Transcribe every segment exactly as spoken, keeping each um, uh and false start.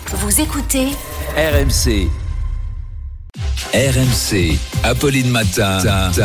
Vous écoutez R M C. R M C. Apolline Matin.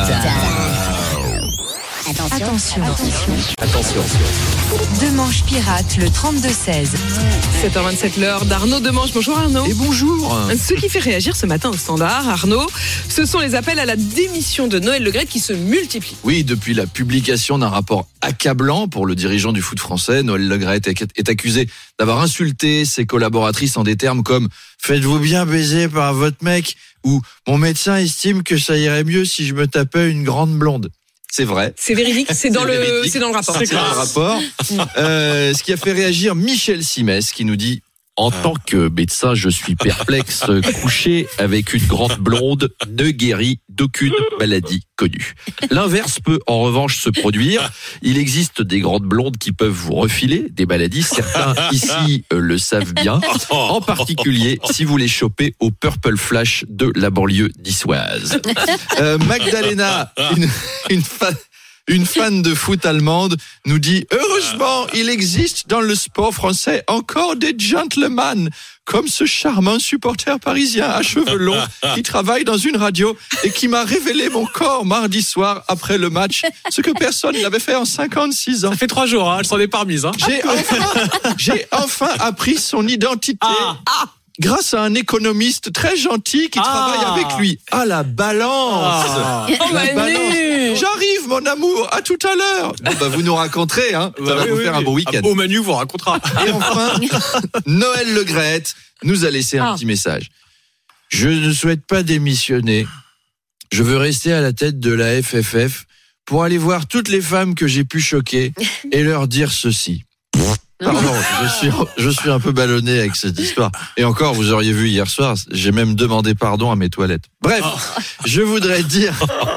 Attention, attention, Attention. Demanche pirate, le trente-deux seize. sept heures vingt-sept, l'heure d'Arnaud Demanche. Bonjour Arnaud. Et bonjour. Ce qui fait réagir ce matin au standard, Arnaud, ce sont les appels à la démission de Noël Le Graët qui se multiplient. Oui, depuis la publication d'un rapport accablant pour le dirigeant du foot français, Noël Le Graët est accusé d'avoir insulté ses collaboratrices en des termes comme « Faites-vous bien baiser par votre mec » ou « Mon médecin estime que ça irait mieux si je me tapais une grande blonde ». C'est vrai. C'est véridique, c'est dans, le, véridique. c'est dans le rapport. C'est dans le rapport. Euh, ce qui a fait réagir Michel Simès qui nous dit « En tant que médecin, je suis perplexe. Coucher avec une grande blonde ne guérit d'aucune maladie connue. L'inverse peut en revanche se produire. Il existe des grandes blondes qui peuvent vous refiler des maladies. Certains ici euh, le savent bien. En particulier si vous les chopez au Purple Flash de la banlieue niçoise. Euh, Magdalena, une, une fan... Une fan de foot allemande nous dit « Heureusement, il existe dans le sport français encore des gentlemen comme ce charmant supporter parisien à cheveux longs qui travaille dans une radio et qui m'a révélé mon corps mardi soir après le match, ce que personne n'avait fait en cinquante-six ans. » Ça fait trois jours, hein, elle s'en est pas remise. Hein. J'ai enfin, j'ai enfin appris son identité. Ah. Ah. Grâce à un économiste très gentil qui ah. travaille avec lui. Ah, la balance ah. Oh, la balance. J'arrive, mon amour, à tout à l'heure. Bon, bah, vous nous raconterez, hein. Ça bah, va oui, vous oui, faire oui. un beau week-end. Au Manu vous racontera. Et enfin, Noël Le Graët nous a laissé un ah. petit message. Je ne souhaite pas démissionner. Je veux rester à la tête de la F F F pour aller voir toutes les femmes que j'ai pu choquer et leur dire ceci. Pardon, je suis, je suis un peu ballonné avec cette histoire. Et encore, vous auriez vu hier soir, j'ai même demandé pardon à mes toilettes. Bref, je voudrais dire...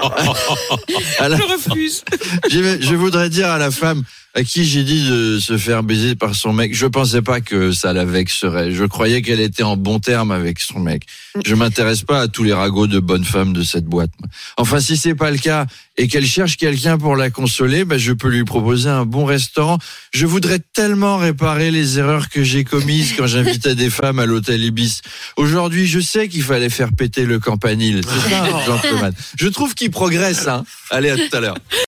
À la, je refuse. Je, je voudrais dire à la femme à qui j'ai dit de se faire baiser par son mec, je pensais pas que ça la vexerait. Je croyais qu'elle était en bon terme avec son mec. Je m'intéresse pas à tous les ragots de bonnes femmes de cette boîte. Enfin, si c'est pas le cas et qu'elle cherche quelqu'un pour la consoler, ben je peux lui proposer un bon restaurant. Je voudrais tellement réparer les erreurs que j'ai commises quand j'invitais des femmes à l'hôtel Ibis. Aujourd'hui, je sais qu'il fallait faire péter le campanile. C'est ça, gentleman. Je trouve qu'il progresse, hein. Allez, à tout à l'heure.